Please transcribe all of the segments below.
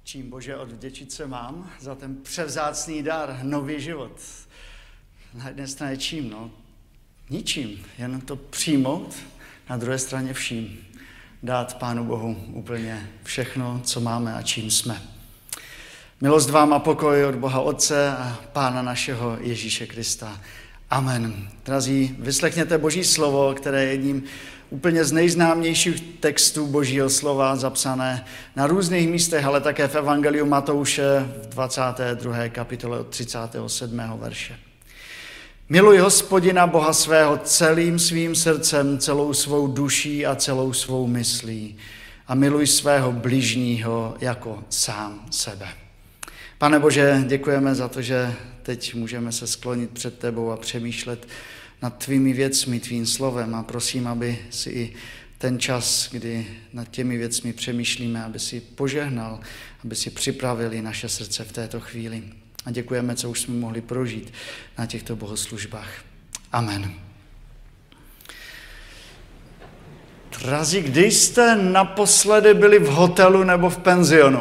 Čím, Bože, odvděčit se mám za ten převzácný dar, nový život? Na jedné straně čím? No, ničím, jen to přijmout, na druhé straně vším. Dát Pánu Bohu úplně všechno, co máme a čím jsme. Milost vám a pokoj od Boha Otce a Pána našeho Ježíše Krista. Amen. Drazí, vyslechněte Boží slovo, které je jedním úplně z nejznámějších textů Božího slova, zapsané na různých místech, ale také v Evangeliu Matouše v 22. kapitole od 37. verše. Miluj Hospodina Boha svého celým svým srdcem, celou svou duší a celou svou myslí a miluj svého bližního jako sám sebe. Pane Bože, děkujeme za to, že teď můžeme se sklonit před tebou a přemýšlet nad tvými věcmi, tvým slovem a prosím, aby si i ten čas, kdy nad těmi věcmi přemýšlíme, aby si požehnal, aby si připravili naše srdce v této chvíli. A děkujeme, co už jsme mohli prožít na těchto bohoslužbách. Amen. Drazí, kdy jste naposledy byli v hotelu nebo v penzionu?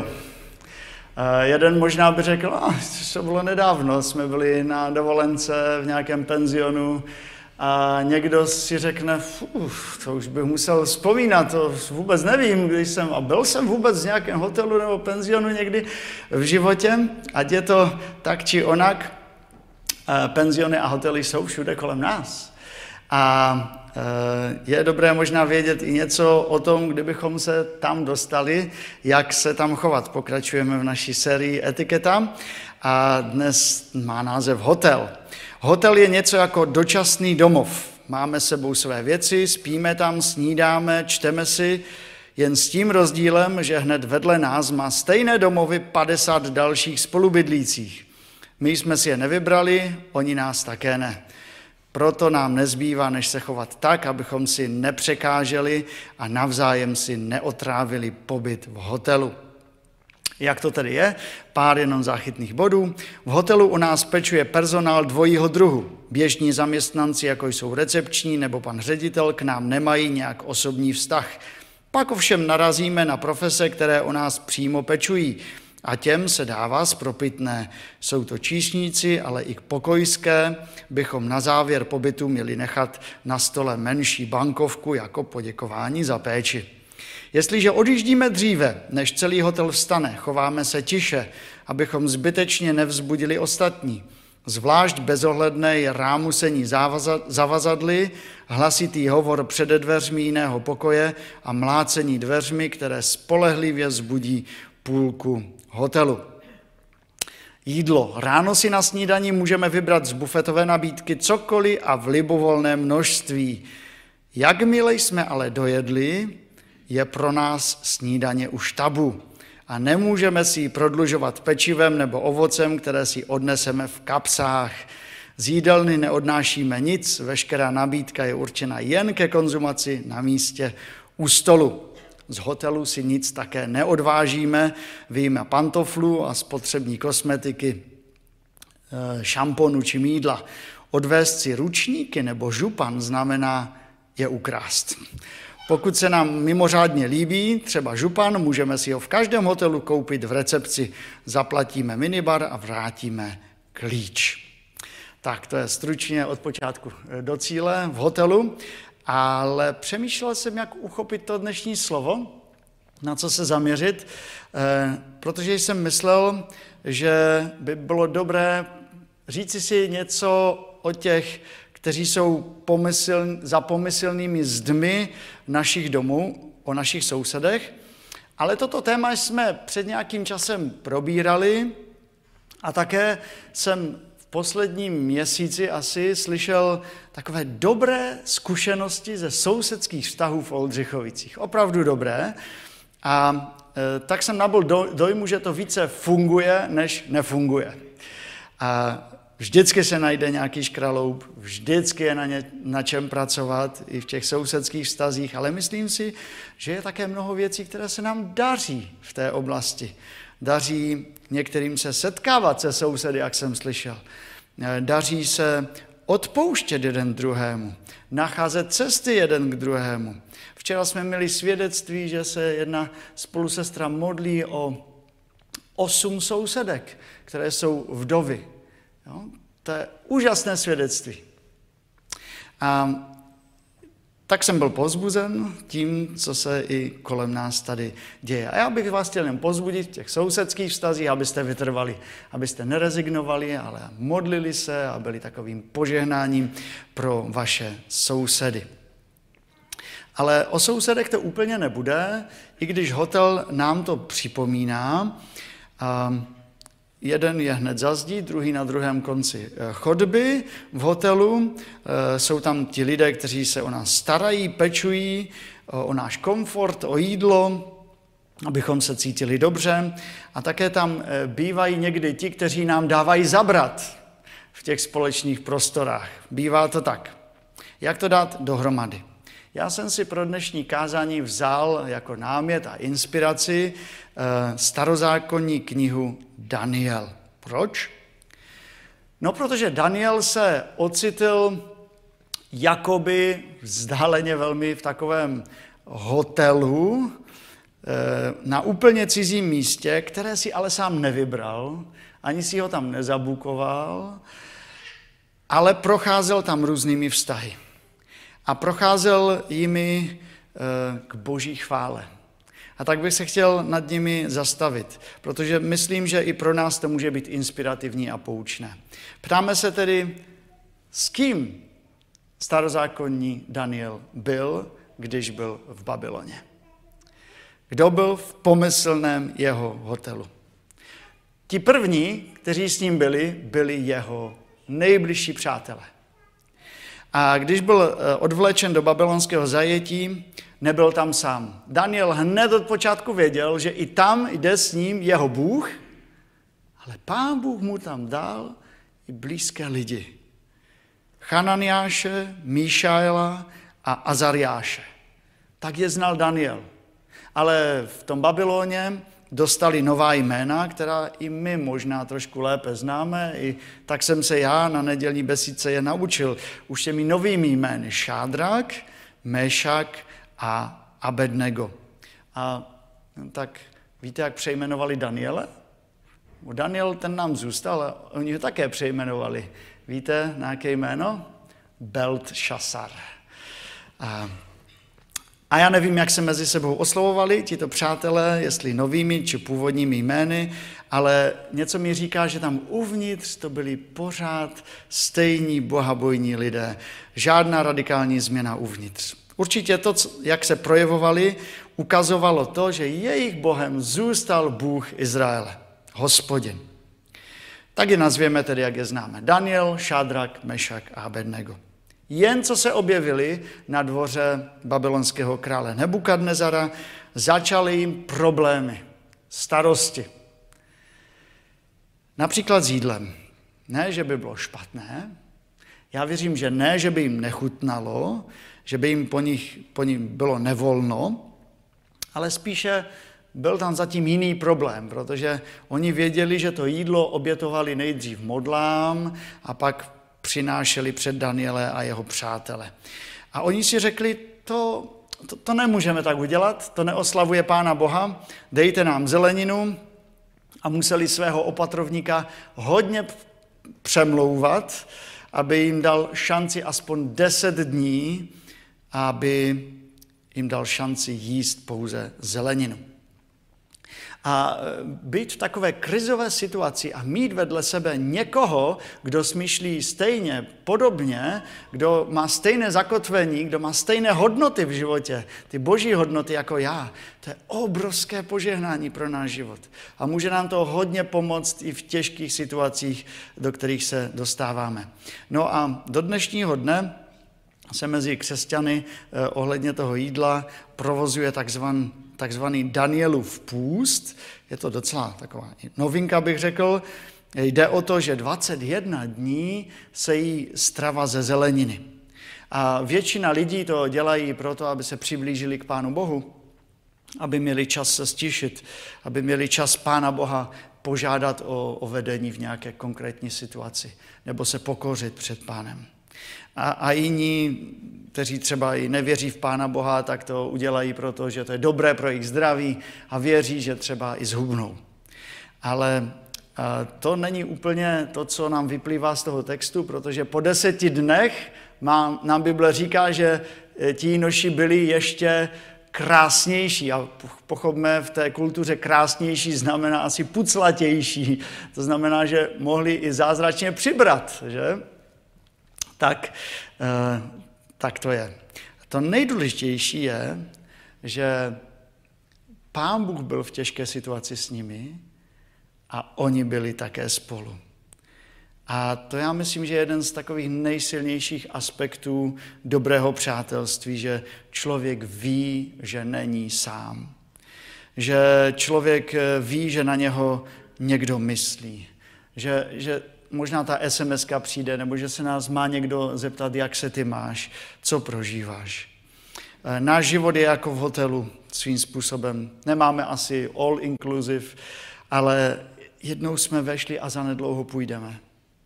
Jeden možná by řekl, to bylo nedávno, jsme byli na dovolence v nějakém penzionu a někdo si řekne, to už bych musel vzpomínat, to vůbec nevím, a byl jsem vůbec v nějakém hotelu nebo penzionu někdy v životě, ať je to tak či onak, penziony a hotely jsou všude kolem nás. A je dobré možná vědět i něco o tom, kdybychom se tam dostali, jak se tam chovat. Pokračujeme v naší sérii Etiketa a dnes má název Hotel. Hotel je něco jako dočasný domov. Máme s sebou své věci, spíme tam, snídáme, čteme si, jen s tím rozdílem, že hned vedle nás má stejné domovy 50 dalších spolubydlících. My jsme si je nevybrali, oni nás také ne. Proto nám nezbývá, než se chovat tak, abychom si nepřekáželi a navzájem si neotrávili pobyt v hotelu. Jak to tedy je? Pár jenom záchytných bodů. V hotelu u nás pečuje personál dvojího druhu. Běžní zaměstnanci, jako jsou recepční nebo pan ředitel, k nám nemají nějak osobní vztah. Pak ovšem narazíme na profese, které o nás přímo pečují. A těm se dává spropitné. Jsou to číšníci, ale i pokojské bychom na závěr pobytu měli nechat na stole menší bankovku jako poděkování za péči. Jestliže odjíždíme dříve, než celý hotel vstane, chováme se tiše, abychom zbytečně nevzbudili ostatní. Zvlášť bezohledné je rámusení zavazadly, hlasitý hovor před dveřmi jiného pokoje a mlácení dveřmi, které spolehlivě vzbudí půlku hotelu. Jídlo. Ráno si na snídani můžeme vybrat z bufetové nabídky cokoliv a v libovolném množství. Jakmile jsme ale dojedli, je pro nás snídaně už tabu a nemůžeme si ji prodlužovat pečivem nebo ovocem, které si odneseme v kapsách. Z jídelny neodnášíme nic, veškerá nabídka je určena jen ke konzumaci na místě u stolu. Z hotelu si nic také neodvážíme, vyjma pantoflů a spotřební kosmetiky, šamponu či mýdla. Odvést si ručníky nebo župan znamená je ukrást. Pokud se nám mimořádně líbí, třeba župan, můžeme si ho v každém hotelu koupit v recepci, zaplatíme minibar a vrátíme klíč. Tak to je stručně od počátku do cíle v hotelu. Ale přemýšlel jsem, jak uchopit to dnešní slovo, na co se zaměřit, protože jsem myslel, že by bylo dobré říci si něco o těch, kteří jsou za pomyslnými zdmi našich domů, o našich sousedech. Ale toto téma jsme před nějakým časem probírali a také jsem v posledním měsíci asi slyšel takové dobré zkušenosti ze sousedských vztahů v Oldřichovicích. Opravdu dobré. A tak jsem nabyl dojmu, že to více funguje, než nefunguje. A vždycky se najde nějaký škraloup, vždycky je na čem pracovat i v těch sousedských vztazích, ale myslím si, že je také mnoho věcí, které se nám daří v té oblasti. Daří některým se setkávat se sousedy, jak jsem slyšel. Daří se odpouštět jeden druhému, nacházet cesty jeden k druhému. Včera jsme měli svědectví, že se jedna spolusestra modlí o 8 sousedek, které jsou vdovy. Jo? To je úžasné svědectví. A tak jsem byl povzbuzen tím, co se i kolem nás tady děje. A já bych vás chtěl jen povzbudit v těch sousedských vztazích, abyste vytrvali, abyste nerezignovali, ale modlili se a byli takovým požehnáním pro vaše sousedy. Ale o sousedech to úplně nebude, i když hotel nám to připomíná. Jeden je hned za zdí, druhý na druhém konci chodby v hotelu. Jsou tam ti lidé, kteří se o nás starají, pečují, o náš komfort, o jídlo, abychom se cítili dobře. A také tam bývají někdy ti, kteří nám dávají zabrat v těch společných prostorách. Bývá to tak. Jak to dát dohromady? Já jsem si pro dnešní kázání vzal jako námět a inspiraci starozákonní knihu Daniel. Proč? No, protože Daniel se ocitl jakoby vzdáleně velmi v takovém hotelu na úplně cizím místě, které si ale sám nevybral, ani si ho tam nezabukoval, ale procházel tam různými vztahy. A procházel jimi k boží chvále. A tak bych se chtěl nad nimi zastavit, protože myslím, že i pro nás to může být inspirativní a poučné. Ptáme se tedy, s kým starozákonní Daniel byl, když byl v Babyloně. Kdo byl v pomyslném jeho hotelu? Ti první, kteří s ním byli jeho nejbližší přátelé. A když byl odvlečen do babylonského zajetí, nebyl tam sám. Daniel hned od počátku věděl, že i tam jde s ním jeho Bůh, ale Pán Bůh mu tam dal i blízké lidi. Hananiáše, Míšaela a Azariáše. Tak je znal Daniel. Ale v tom Babyloně dostali nová jména, která i my možná trošku lépe známe. I tak jsem se já na nedělní besídce je naučil už těmi novými jmény. Šádrak, Mešak a Abednego. A tak víte, jak přejmenovali Daniele? Daniel ten nám zůstal, ale oni ho také přejmenovali. Víte, na jaké jméno? Beltšasar. A já nevím, jak se mezi sebou oslovovali tito přátelé, jestli novými či původními jmény, ale něco mi říká, že tam uvnitř to byli pořád stejní bohabojní lidé. Žádná radikální změna uvnitř. Určitě to, jak se projevovali, ukazovalo to, že jejich Bohem zůstal Bůh Izraele, Hospodin. Tak je nazvěme tedy, jak je známe. Daniel, Šádrak, Mešak a Abednego. Jen co se objevili na dvoře babylonského krále Nebukadnezara, začaly jim problémy, starosti. Například s jídlem. Ne, že by bylo špatné, já věřím, že ne, že by jim nechutnalo, že by jim po nich bylo nevolno, ale spíše byl tam zatím jiný problém, protože oni věděli, že to jídlo obětovali nejdřív modlám a pak přinášeli před Daniele a jeho přátele. A oni si řekli, to nemůžeme tak udělat, to neoslavuje Pána Boha, dejte nám zeleninu, a museli svého opatrovníka hodně přemlouvat, aby jim dal šanci aspoň 10 dní, aby jim dal šanci jíst pouze zeleninu. A být v takové krizové situaci a mít vedle sebe někoho, kdo smýšlí stejně, podobně, kdo má stejné zakotvení, kdo má stejné hodnoty v životě, ty boží hodnoty jako já, to je obrovské požehnání pro náš život. A může nám to hodně pomoct i v těžkých situacích, do kterých se dostáváme. No a do dnešního dne se mezi křesťany ohledně toho jídla provozuje takzvaný Danielův půst. Je to docela taková novinka, bych řekl. Jde o to, že 21 dní se jí strava ze zeleniny. A většina lidí to dělají proto, aby se přiblížili k Pánu Bohu, aby měli čas se stišit, aby měli čas Pána Boha požádat o vedení v nějaké konkrétní situaci nebo se pokořit před Pánem. A jiní, kteří třeba i nevěří v Pána Boha, tak to udělají proto, že to je dobré pro jejich zdraví a věří, že třeba i zhubnou. Ale to není úplně to, co nám vyplývá z toho textu, protože po 10 dnech nám Bible říká, že ti Jínoši byli ještě krásnější. A pochopme, v té kultuře krásnější znamená asi puclatější. To znamená, že mohli i zázračně přibrat, že? Tak to je. To nejdůležitější je, že Pán Bůh byl v těžké situaci s nimi a oni byli také spolu. A to já myslím, že je jeden z takových nejsilnějších aspektů dobrého přátelství, že člověk ví, že není sám. Že člověk ví, že na něho někdo myslí. Že možná ta SMS-ka přijde, nebo že se nás má někdo zeptat, jak se ty máš, co prožíváš. Náš život je jako v hotelu svým způsobem. Nemáme asi all inclusive, ale jednou jsme vešli a zanedlouho půjdeme.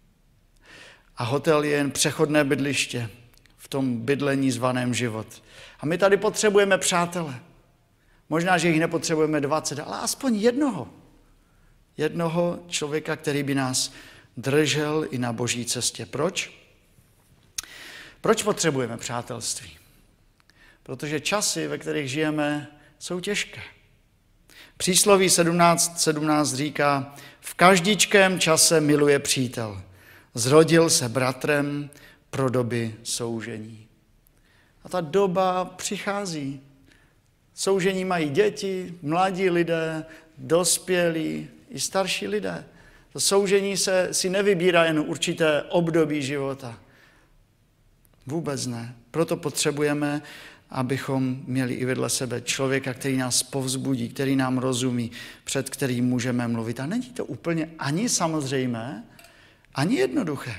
A hotel je jen přechodné bydliště v tom bydlení zvaném život. A my tady potřebujeme přátele. Možná, že jich nepotřebujeme 20, ale aspoň jednoho. Jednoho člověka, který by nás držel i na boží cestě. Proč? Proč potřebujeme přátelství? Protože časy, ve kterých žijeme, jsou těžké. Přísloví 17:17 říká, v každičkém čase miluje přítel. Zrodil se bratrem pro doby soužení. A ta doba přichází. Soužení mají děti, mladí lidé, dospělí i starší lidé. To soužení si nevybírá jen určité období života. Vůbec ne. Proto potřebujeme, abychom měli i vedle sebe člověka, který nás povzbudí, který nám rozumí, před kterým můžeme mluvit. A není to úplně ani samozřejmé, ani jednoduché.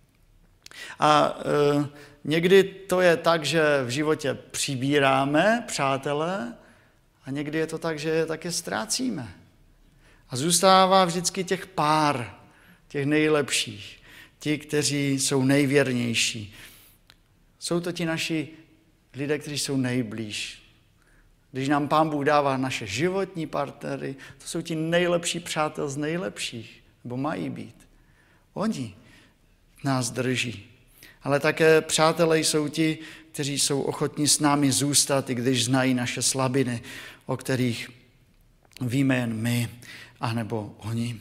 A někdy to je tak, že v životě přibíráme přátele a někdy je to tak, že je také ztrácíme. A zůstává vždycky těch pár, těch nejlepších, ti, kteří jsou nejvěrnější. Jsou to ti naši lidé, kteří jsou nejblíž. Když nám Pán Bůh dává naše životní partnery, to jsou ti nejlepší přátel z nejlepších, nebo mají být. Oni nás drží. Ale také přátelé jsou ti, kteří jsou ochotní s námi zůstat, i když znají naše slabiny, o kterých víme jen my, anebo oni.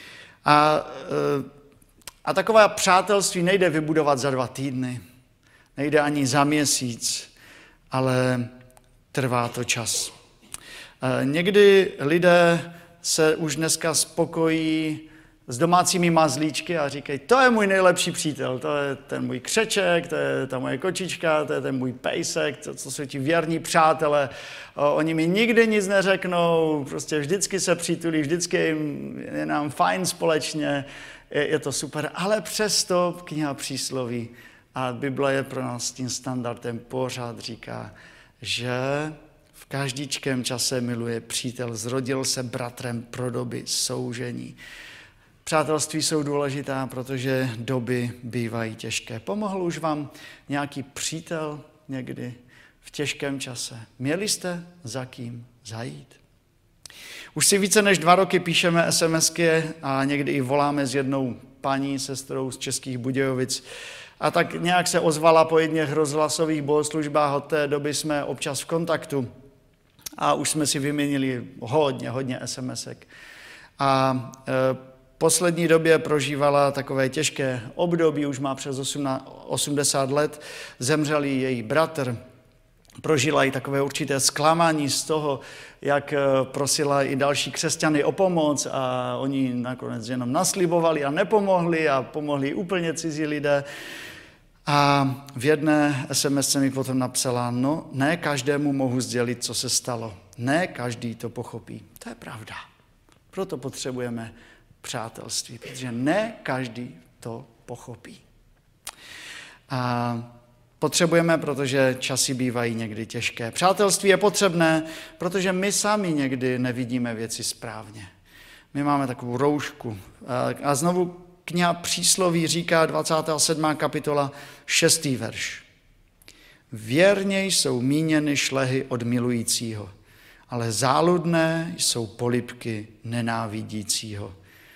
A takové přátelství nejde vybudovat za 2 týdny, nejde ani za měsíc, ale trvá to čas. Někdy lidé se už dneska spokojí s domácími mazlíčky a říkají, to je můj nejlepší přítel, to je ten můj křeček, to je ta moje kočička, to je ten můj pejsek, to jsou ti věrní přátelé. Oni mi nikdy nic neřeknou, prostě vždycky se přítulí, vždycky je nám fajn společně, je to super, ale přesto kniha Přísloví a Bible je pro nás tím standardem, pořád říká, že v každičkém čase miluje přítel, zrodil se bratrem pro doby soužení. Přátelství jsou důležitá, protože doby bývají těžké. Pomohl už vám nějaký přítel někdy v těžkém čase? Měli jste za kým zajít? Už si více než 2 roky píšeme SMSky a někdy i voláme s jednou paní sestrou z Českých Budějovic. A tak nějak se ozvala po jedných rozhlasových bohoslužbách, od té doby jsme občas v kontaktu a už jsme si vyměnili hodně SMSek. A poslední době prožívala takové těžké období, už má přes 80 let, zemřel její bratr, prožila i takové určité zklamání z toho, jak prosila i další křesťany o pomoc a oni nakonec jenom naslibovali a nepomohli a pomohli úplně cizí lidé. A v jedné SMS mi potom napsala, no ne každému mohu sdělit, co se stalo. Ne každý to pochopí. To je pravda. Proto potřebujeme přátelství, protože ne každý to pochopí. A potřebujeme, protože časy bývají někdy těžké. Přátelství je potřebné, protože my sami někdy nevidíme věci správně. My máme takovou roušku. A znovu kniha Přísloví říká 27. kapitola 6. verš. Věrně jsou míněny šlehy od milujícího ale záludné jsou polibky nenávidícího.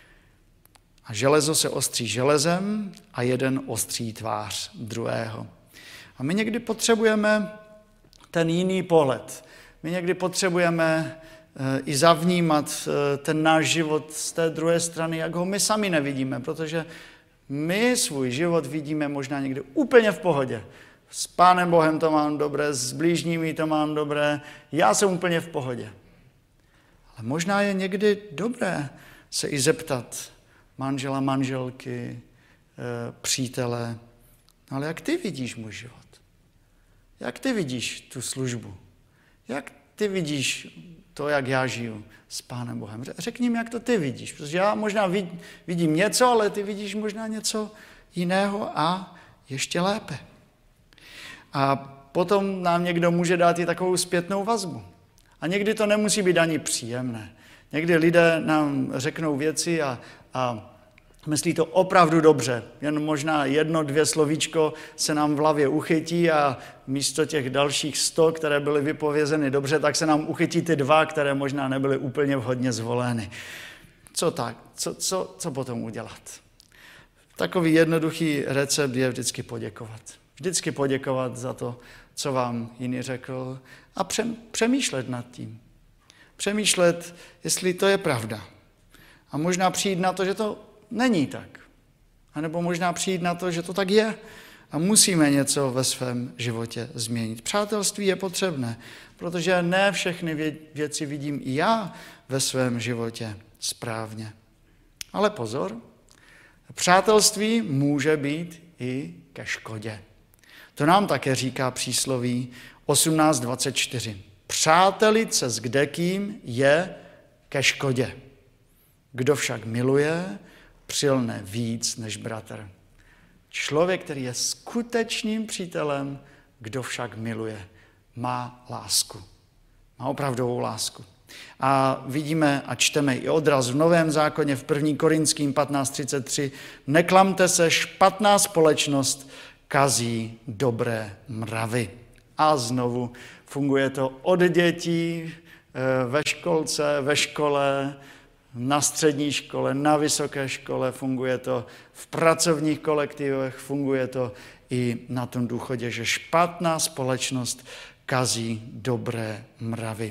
A železo se ostří železem a jeden ostří tvář druhého. A my někdy potřebujeme ten jiný pohled. My někdy potřebujeme i zavnímat ten náš život z té druhé strany, jak ho my sami nevidíme, protože my svůj život vidíme možná někdy úplně v pohodě. S Pánem Bohem to mám dobré, s blížními to mám dobré, já jsem úplně v pohodě. Ale možná je někdy dobré se i zeptat manžela, manželky, přítele, ale jak ty vidíš můj život? Jak ty vidíš tu službu? Jak ty vidíš to, jak já žiju s Pánem Bohem? Řekni mi, jak to ty vidíš, protože já možná vidím něco, ale ty vidíš možná něco jiného a ještě lépe. A potom nám někdo může dát i takovou zpětnou vazbu. A někdy to nemusí být ani příjemné. Někdy lidé nám řeknou věci a myslí to opravdu dobře. Jen možná 1-2 slovíčko se nám v hlavě uchytí a místo těch dalších 100, které byly vypovězeny dobře, tak se nám uchytí ty 2, které možná nebyly úplně vhodně zvoleny. Co tak? Co potom udělat? Takový jednoduchý recept je vždycky poděkovat. Vždycky poděkovat za to, co vám jiný řekl a přemýšlet nad tím. Přemýšlet, jestli to je pravda. A možná přijít na to, že to není tak. A nebo možná přijít na to, že to tak je a musíme něco ve svém životě změnit. Přátelství je potřebné, protože ne všechny věci vidím i já ve svém životě správně. Ale pozor, přátelství může být i ke škodě. To nám také říká přísloví 18:24. Přátelit se s kdekým je ke škodě. Kdo však miluje, přilne víc než bratr. Člověk, který je skutečným přítelem, kdo však miluje, má lásku. Má opravdovou lásku. A vidíme a čteme i odraz v Novém zákoně v 1. Korinským 15:33. Neklamte se, špatná společnost kazí dobré mravy. A znovu funguje to od dětí, ve školce, ve škole, na střední škole, na vysoké škole, funguje to v pracovních kolektivech, funguje to i na tom důchodě, že špatná společnost kazí dobré mravy.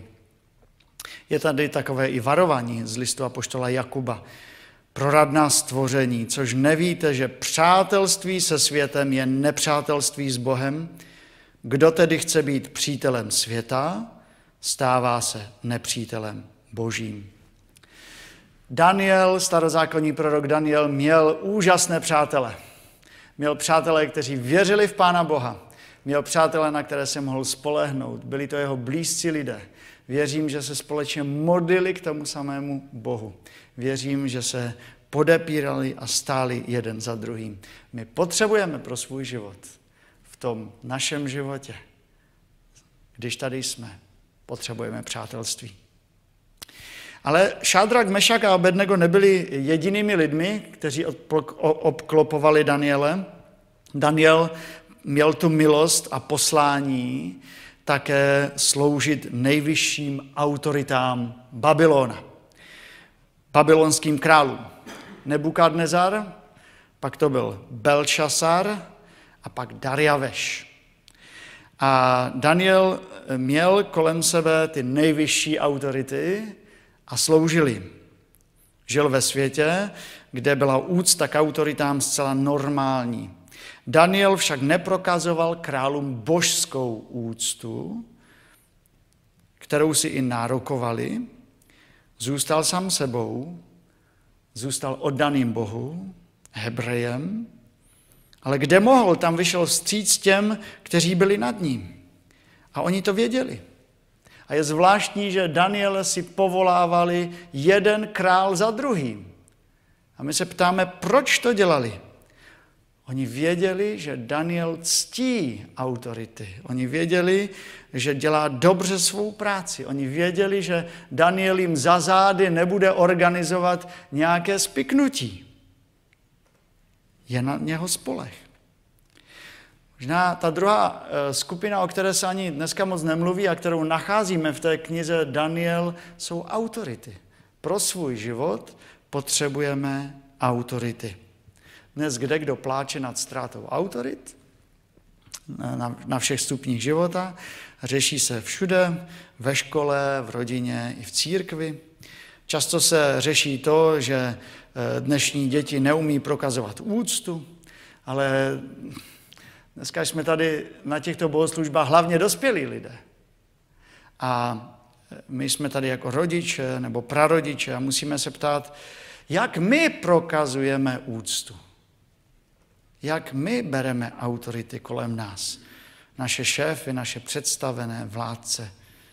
Je tady takové i varování z listu apoštola Jakuba. Proradná stvoření, což nevíte, že přátelství se světem je nepřátelství s Bohem. Kdo tedy chce být přítelem světa, stává se nepřítelem Božím. Daniel, starozákonní prorok Daniel, měl úžasné přátele. Měl přátele, kteří věřili v Pána Boha. Měl přátele, na které se mohl spolehnout. Byli to jeho blízcí lidé. Věřím, že se společně modlili k tomu samému Bohu. Věřím, že se podepírali a stáli jeden za druhým. My potřebujeme pro svůj život v tom našem životě, když tady jsme, potřebujeme přátelství. Ale Šádrak, Mešak a Abednego nebyli jedinými lidmi, kteří obklopovali Daniele. Daniel měl tu milost a poslání také sloužit nejvyšším autoritám Babylona. Babylonským králům. Nebukadnezar, pak to byl Belšasar a pak Darjaveš. A Daniel měl kolem sebe ty nejvyšší autority a sloužil jim. Žil ve světě, kde byla úcta k autoritám zcela normální. Daniel však neprokazoval králům božskou úctu, kterou si i nárokovali, zůstal sám sebou, zůstal oddaným Bohu, Hebrejem, ale kde mohl, tam vyšel vstříc těm, kteří byli nad ním. A oni to věděli. A je zvláštní, že Daniele si povolávali jeden král za druhým. A my se ptáme, proč to dělali. Oni věděli, že Daniel ctí autority. Oni věděli, že dělá dobře svou práci. Oni věděli, že Daniel jim za zády nebude organizovat nějaké spiknutí. Je na něho spoleh. Možná ta druhá skupina, o které se ani dneska moc nemluví a kterou nacházíme v té knize Daniel, jsou autority. Pro svůj život potřebujeme autority. Dnes kdekdo pláče nad ztrátou autorit na všech stupních života, řeší se všude, ve škole, v rodině i v církvi. Často se řeší to, že dnešní děti neumí prokazovat úctu, ale dneska jsme tady na těchto bohoslužbách hlavně dospělí lidé. A my jsme tady jako rodiče nebo prarodiče a musíme se ptát, jak my prokazujeme úctu. Jak my bereme autority kolem nás. Naše šéfy, naše představené, vládce.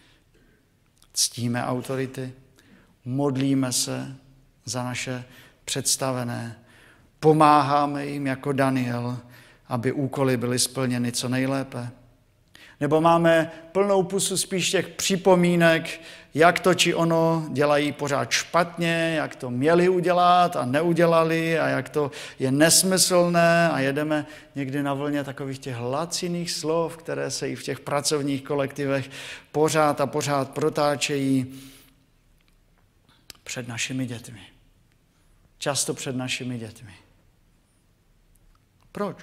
Ctíme autority, modlíme se za naše představené, pomáháme jim jako Daniel, aby úkoly byly splněny co nejlépe. Nebo máme plnou pusu spíš těch připomínek, jak to či ono dělají pořád špatně, jak to měli udělat a neudělali a jak to je nesmyslné a jedeme někdy na vlně takových těch laciných slov, které se i v těch pracovních kolektivech pořád a pořád protáčejí před našimi dětmi. Často před našimi dětmi. Proč?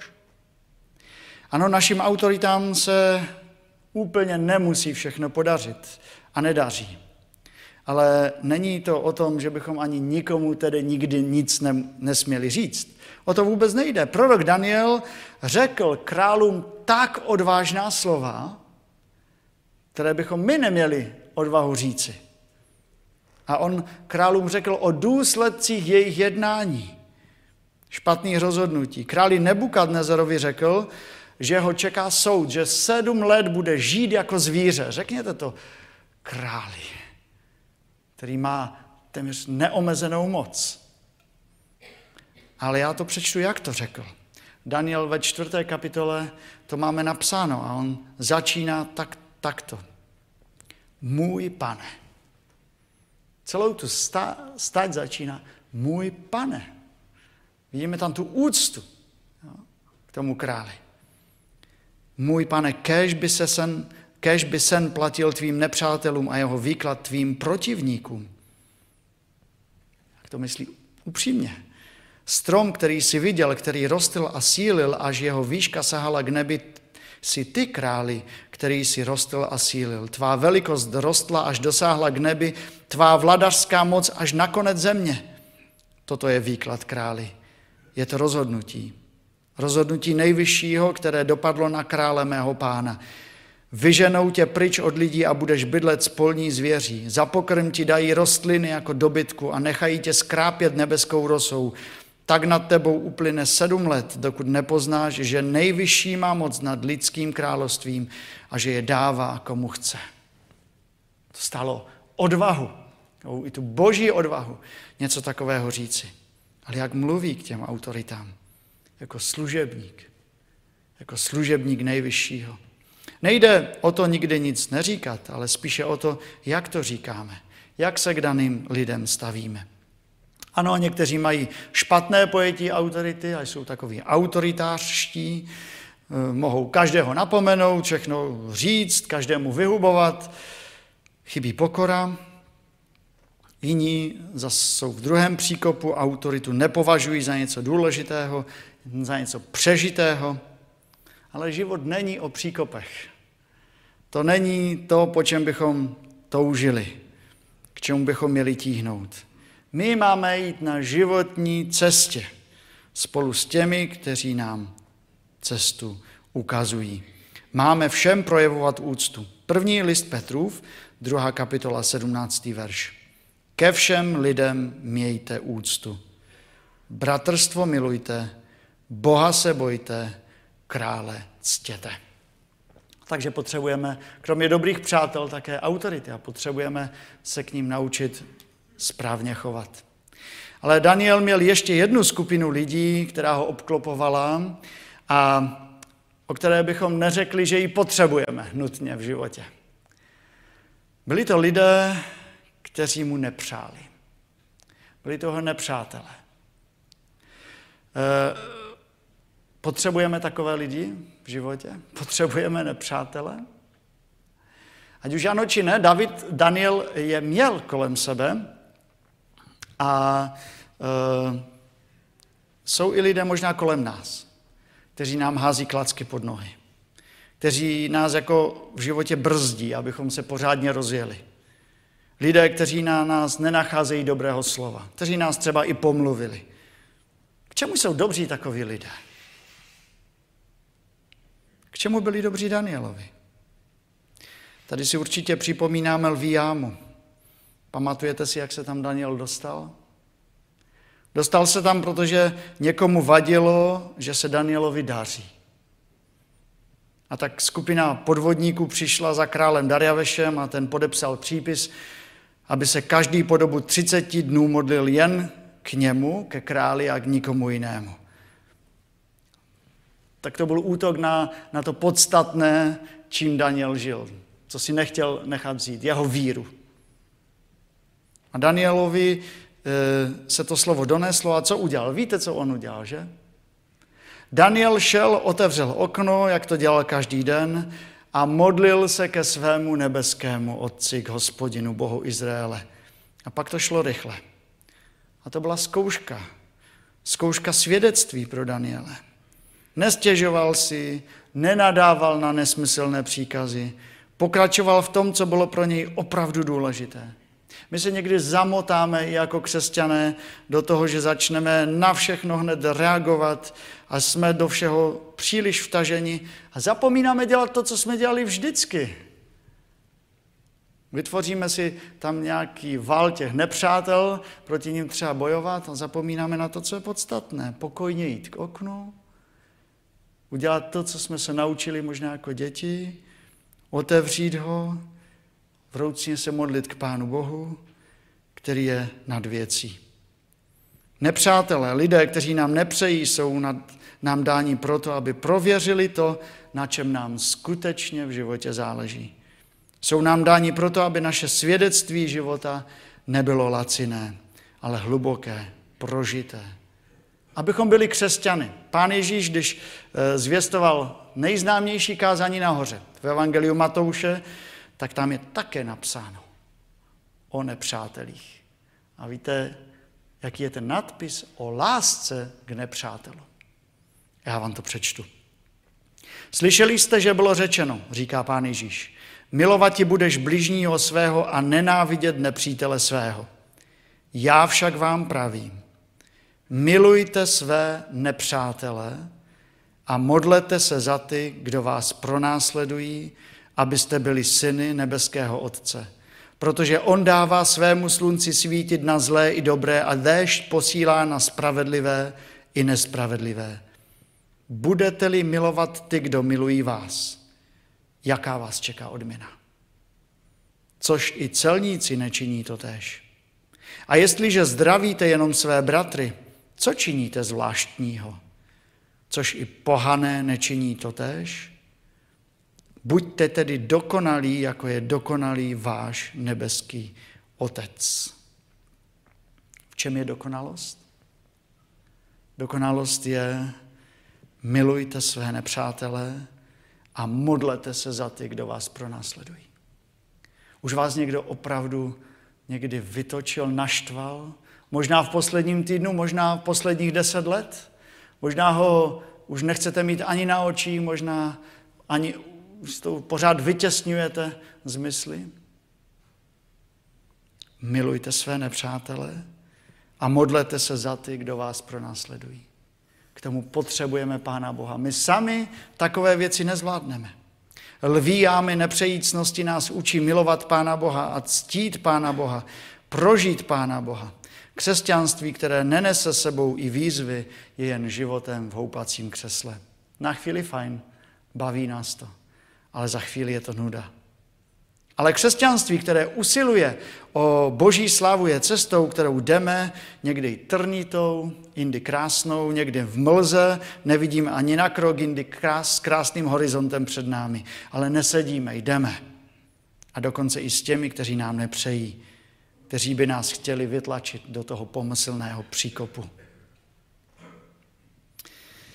Ano, našim autoritám se úplně nemusí všechno podařit a nedaří. Ale není to o tom, že bychom ani nikomu tedy nikdy nic nesměli říct. O to vůbec nejde. Prorok Daniel řekl králům tak odvážná slova, které bychom my neměli odvahu říci. A on králům řekl o důsledcích jejich jednání, špatných rozhodnutí. Králi Nebukadnezarovi řekl, že ho čeká soud, že 7 let bude žít jako zvíře. Řekněte to králi, který má téměř neomezenou moc. Ale já to přečtu, jak to řekl. Daniel ve 4. kapitole to máme napsáno a on začíná takto. Můj pane. Celou tu stať začíná můj pane. Vidíme tam tu úctu k tomu králi. Můj pane, kéž by sen platil tvým nepřátelům a jeho výklad tvým protivníkům. Jak to myslí upřímně. Strom, který jsi viděl, který rostl a sílil, až jeho výška sahala k nebi, jsi ty, králi, který jsi rostl a sílil. Tvá velikost rostla, až dosáhla k nebi, tvá vladařská moc až na konec země. Toto je výklad králi. Je to rozhodnutí. Rozhodnutí nejvyššího, které dopadlo na krále mého pána. Vyženou tě pryč od lidí a budeš bydlet s polní zvěří. Za pokrm ti dají rostliny jako dobytku a nechají tě skrápět nebeskou rosou. Tak nad tebou uplyne 7 let, dokud nepoznáš, že nejvyšší má moc nad lidským královstvím a že je dává, komu chce. To stálo odvahu, i tu boží odvahu, něco takového říci. Ale jak mluví k těm autoritám? Jako služebník nejvyššího. Nejde o to nikdy nic neříkat, ale spíše o to, jak to říkáme, jak se k daným lidem stavíme. Ano, někteří mají špatné pojetí autority a jsou takoví autoritářští, mohou každého napomenout, všechno říct, každému vyhubovat, chybí pokora. Jiní zase jsou v druhém příkopu, autoritu nepovažují za něco důležitého, za něco přežitého, ale život není o příkopech. To není to, po čem bychom toužili, k čemu bychom měli tíhnout. My máme jít na životní cestě spolu s těmi, kteří nám cestu ukazují. Máme všem projevovat úctu. 1. list Petrův, 2. kapitola, 17. verš. Ke všem lidem mějte úctu. Bratrstvo milujte, Boha se bojte, krále ctěte. Takže potřebujeme, kromě dobrých přátel, také autority a potřebujeme se k ním naučit správně chovat. Ale Daniel měl ještě jednu skupinu lidí, která ho obklopovala a o které bychom neřekli, že ji potřebujeme nutně v životě. Byli to lidé, kteří mu nepřáli. Byli toho nepřátelé. Potřebujeme takové lidi v životě? Potřebujeme nepřátele? Ať už ano či ne, Daniel je měl kolem sebe a jsou i lidé možná kolem nás, kteří nám hází klacky pod nohy, kteří nás jako v životě brzdí, abychom se pořádně rozjeli. Lidé, kteří na nás nenacházejí dobrého slova, kteří nás třeba i pomluvili. K čemu jsou dobří takoví lidé? K čemu byli dobří Danielovi? Tady si určitě připomínáme lví jámu. Pamatujete si, jak se tam Daniel dostal? Dostal se tam, protože někomu vadilo, že se Danielovi daří. A tak skupina podvodníků přišla za králem Darjavešem a ten podepsal přípis, aby se každý po dobu 30 dnů modlil jen k němu, ke králi a k nikomu jinému. Tak to byl útok na to podstatné, čím Daniel žil, co si nechtěl nechat vzít, jeho víru. A Danielovi se to slovo doneslo a co udělal? Víte, co on udělal, že? Daniel šel, otevřel okno, jak to dělal každý den, a modlil se ke svému nebeskému Otci, k Hospodinu, Bohu Izraele. A pak to šlo rychle. A to byla zkouška svědectví pro Daniele. Nestěžoval si, nenadával na nesmyslné příkazy, pokračoval v tom, co bylo pro něj opravdu důležité. My se někdy zamotáme i jako křesťané do toho, že začneme na všechno hned reagovat a jsme do všeho příliš vtaženi a zapomínáme dělat to, co jsme dělali vždycky. Vytvoříme si tam nějaký val těch nepřátel, proti nim třeba bojovat a zapomínáme na to, co je podstatné. Pokojně jít k oknu, udělat to, co jsme se naučili možná jako děti, otevřít ho, vroucně se modlit k Pánu Bohu, který je nad věcí. Nepřátelé, lidé, kteří nám nepřejí, jsou nám dáni proto, aby prověřili to, na čem nám skutečně v životě záleží. Jsou nám dáni proto, aby naše svědectví života nebylo laciné, ale hluboké, prožité. Abychom byli křesťany. Pán Ježíš, když zvěstoval nejznámější kázání nahoře v Evangeliu Matouše, tak tam je také napsáno o nepřátelích. A víte, jaký je ten nadpis? O lásce k nepřátelům. Já vám to přečtu. Slyšeli jste, že bylo řečeno, říká Pán Ježíš, milovati budeš bližního svého a nenávidět nepřítele svého. Já však vám pravím, milujte své nepřátele a modlete se za ty, kdo vás pronásledují, abyste byli syny nebeského Otce. Protože on dává svému slunci svítit na zlé i dobré a déšť posílá na spravedlivé i nespravedlivé. Budete-li milovat ty, kdo milují vás, jaká vás čeká odměna? Což i celníci nečiní totéž. A jestliže zdravíte jenom své bratry, co činíte zvláštního? Což i pohané nečiní totéž? Buďte tedy dokonalí, jako je dokonalý váš nebeský Otec. V čem je dokonalost? Dokonalost je milujte své nepřátele a modlete se za ty, kdo vás pronásledují. Už vás někdo opravdu někdy vytočil, naštval? Možná v posledním týdnu, možná v posledních 10 let? Možná ho už nechcete mít ani na očích, možná ani už to pořád vytěsňujete z mysli. Milujte své nepřátele a modlete se za ty, kdo vás pronásledují. K tomu potřebujeme Pána Boha. My sami takové věci nezvládneme. Lví jámy nepřejícnosti nás učí milovat Pána Boha a ctít Pána Boha, prožít Pána Boha. Křesťanství, které nenese sebou i výzvy, je jen životem v houpacím křesle. Na chvíli fajn, baví nás to, ale za chvíli je to nuda. Ale křesťanství, které usiluje o boží slávu, je cestou, kterou jdeme, někdy trnitou, jindy krásnou, někdy v mlze, nevidíme ani na krok, jindy s krásným horizontem před námi. Ale nesedíme, jdeme. A dokonce i s těmi, kteří nám nepřejí, kteří by nás chtěli vytlačit do toho pomyslného příkopu.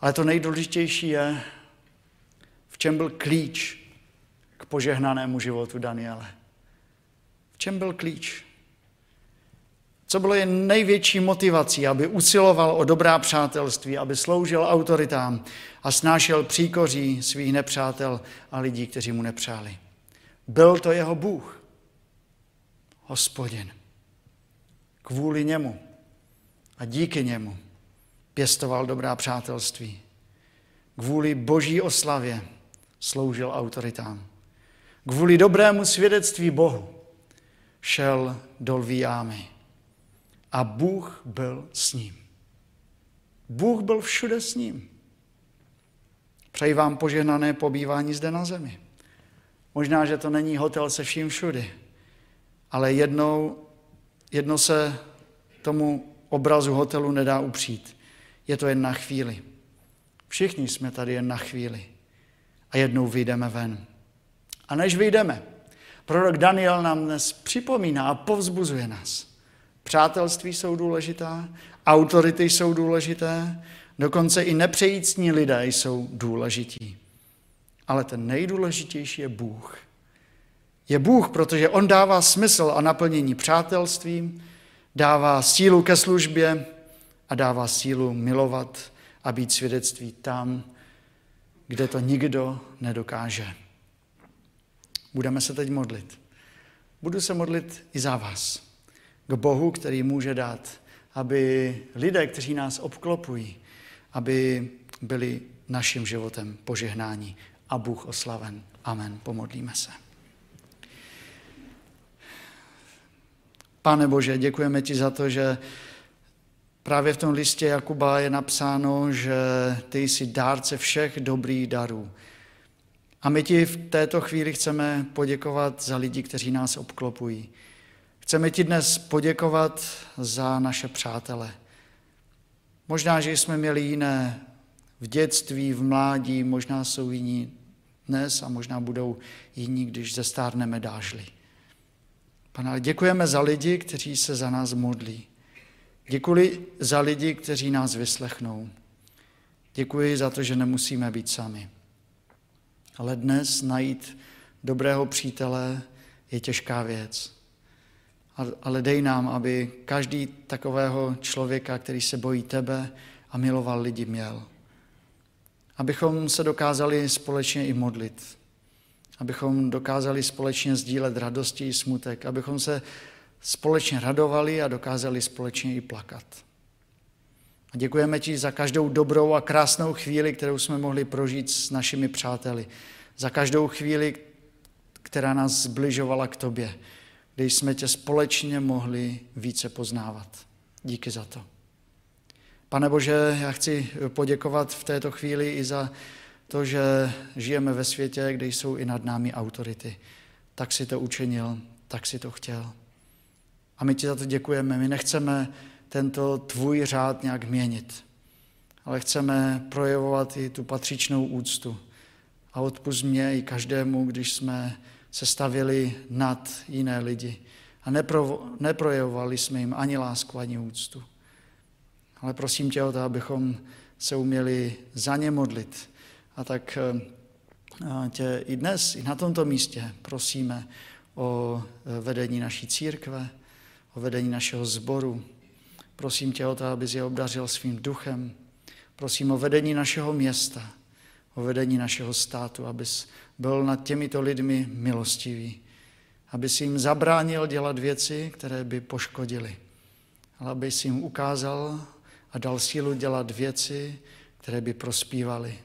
Ale to nejdůležitější je, v čem byl klíč k požehnanému životu Daniele. V čem byl klíč? Co bylo jen největší motivací, aby usiloval o dobrá přátelství, aby sloužil autoritám a snášel příkoří svých nepřátel a lidí, kteří mu nepřáli. Byl to jeho Bůh, Hospodin. Kvůli němu a díky němu pěstoval dobrá přátelství. Kvůli boží oslavě sloužil autoritám. Kvůli dobrému svědectví Bohu šel do lví jámy. A Bůh byl s ním. Bůh byl všude s ním. Přeji vám požehnané pobývání zde na zemi. Možná, že to není hotel se vším všudy, ale jedno se tomu obrazu hotelu nedá upřít. Je to jen na chvíli. Všichni jsme tady jen na chvíli. A jednou vyjdeme ven. A než vyjdeme, prorok Daniel nám dnes připomíná a povzbuzuje nás. Přátelství jsou důležitá, autority jsou důležité, dokonce i nepřejícní lidé jsou důležití. Ale ten nejdůležitější je Bůh. Je Bůh, protože on dává smysl a naplnění přátelstvím, dává sílu ke službě a dává sílu milovat a být svědectví tam, kde to nikdo nedokáže. Budeme se teď modlit. Budu se modlit i za vás. K Bohu, který může dát, aby lidé, kteří nás obklopují, aby byli naším životem požehnáni a Bůh oslaven. Amen. Pomodlíme se. Pane Bože, děkujeme ti za to, že právě v tom listě Jakuba je napsáno, že ty jsi dárce všech dobrých darů. A my ti v této chvíli chceme poděkovat za lidi, kteří nás obklopují. Chceme ti dnes poděkovat za naše přátele. Možná, že jsme měli jiné v dětství, v mládí, možná jsou jiní dnes a možná budou jiní, když zestárneme dážli. Pane, ale děkujeme za lidi, kteří se za nás modlí. Děkuji za lidi, kteří nás vyslechnou. Děkuji za to, že nemusíme být sami. Ale dnes najít dobrého přítele je těžká věc. Ale dej nám, aby každý takového člověka, který se bojí tebe a miloval lidi, měl. Abychom se dokázali společně i modlit. Abychom dokázali společně sdílet radosti i smutek. Abychom se společně radovali a dokázali společně i plakat. A děkujeme ti za každou dobrou a krásnou chvíli, kterou jsme mohli prožít s našimi přáteli. Za každou chvíli, která nás zbližovala k tobě, kde jsme tě společně mohli více poznávat. Díky za to. Pane Bože, já chci poděkovat v této chvíli i za to, že žijeme ve světě, kde jsou i nad námi autority. Tak si to učinil, tak si to chtěl. A my ti za to děkujeme. My nechceme tento tvůj řád nějak měnit, ale chceme projevovat i tu patřičnou úctu. A odpusť mě i každému, když jsme se stavěli nad jiné lidi a neprojevovali jsme jim ani lásku, ani úctu. Ale prosím tě o to, abychom se uměli za ně modlit. A tak tě i dnes, i na tomto místě prosíme o vedení naší církve, o vedení našeho sboru. Prosím tě o to, abys je obdařil svým duchem. Prosím o vedení našeho města, o vedení našeho státu, abys byl nad těmito lidmi milostivý. Abys jim zabránil dělat věci, které by poškodily. Ale abys jim ukázal a dal sílu dělat věci, které by prospívaly.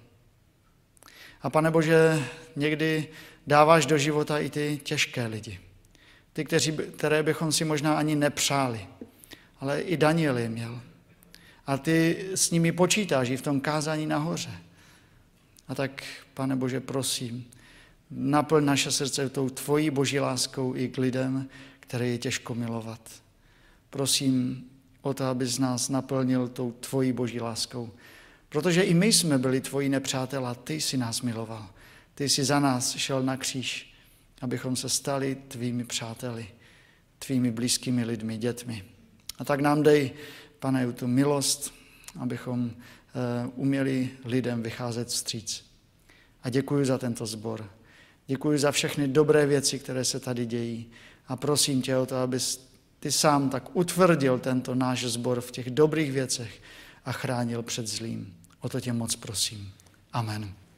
A Pane Bože, někdy dáváš do života i ty těžké lidi. Ty, které bychom si možná ani nepřáli. Ale i Daniel je měl. A ty s nimi počítáš i v tom kázání nahoře. A tak, Pane Bože, prosím, naplň naše srdce tou tvojí boží láskou i k lidem, které je těžko milovat. Prosím o to, abys nás naplnil tou tvojí boží láskou. Protože i my jsme byli tvoji nepřátelé a ty jsi nás miloval. Ty jsi za nás šel na kříž, abychom se stali tvými přáteli, tvými blízkými lidmi, dětmi. A tak nám dej, Pane, tu milost abychom uměli lidem vycházet vstříc. A děkuji za tento sbor. Děkuji za všechny dobré věci, které se tady dějí. A prosím tě o to, abys ty sám tak utvrdil tento náš sbor v těch dobrých věcech a chránil před zlým. O to tě moc prosím. Amen.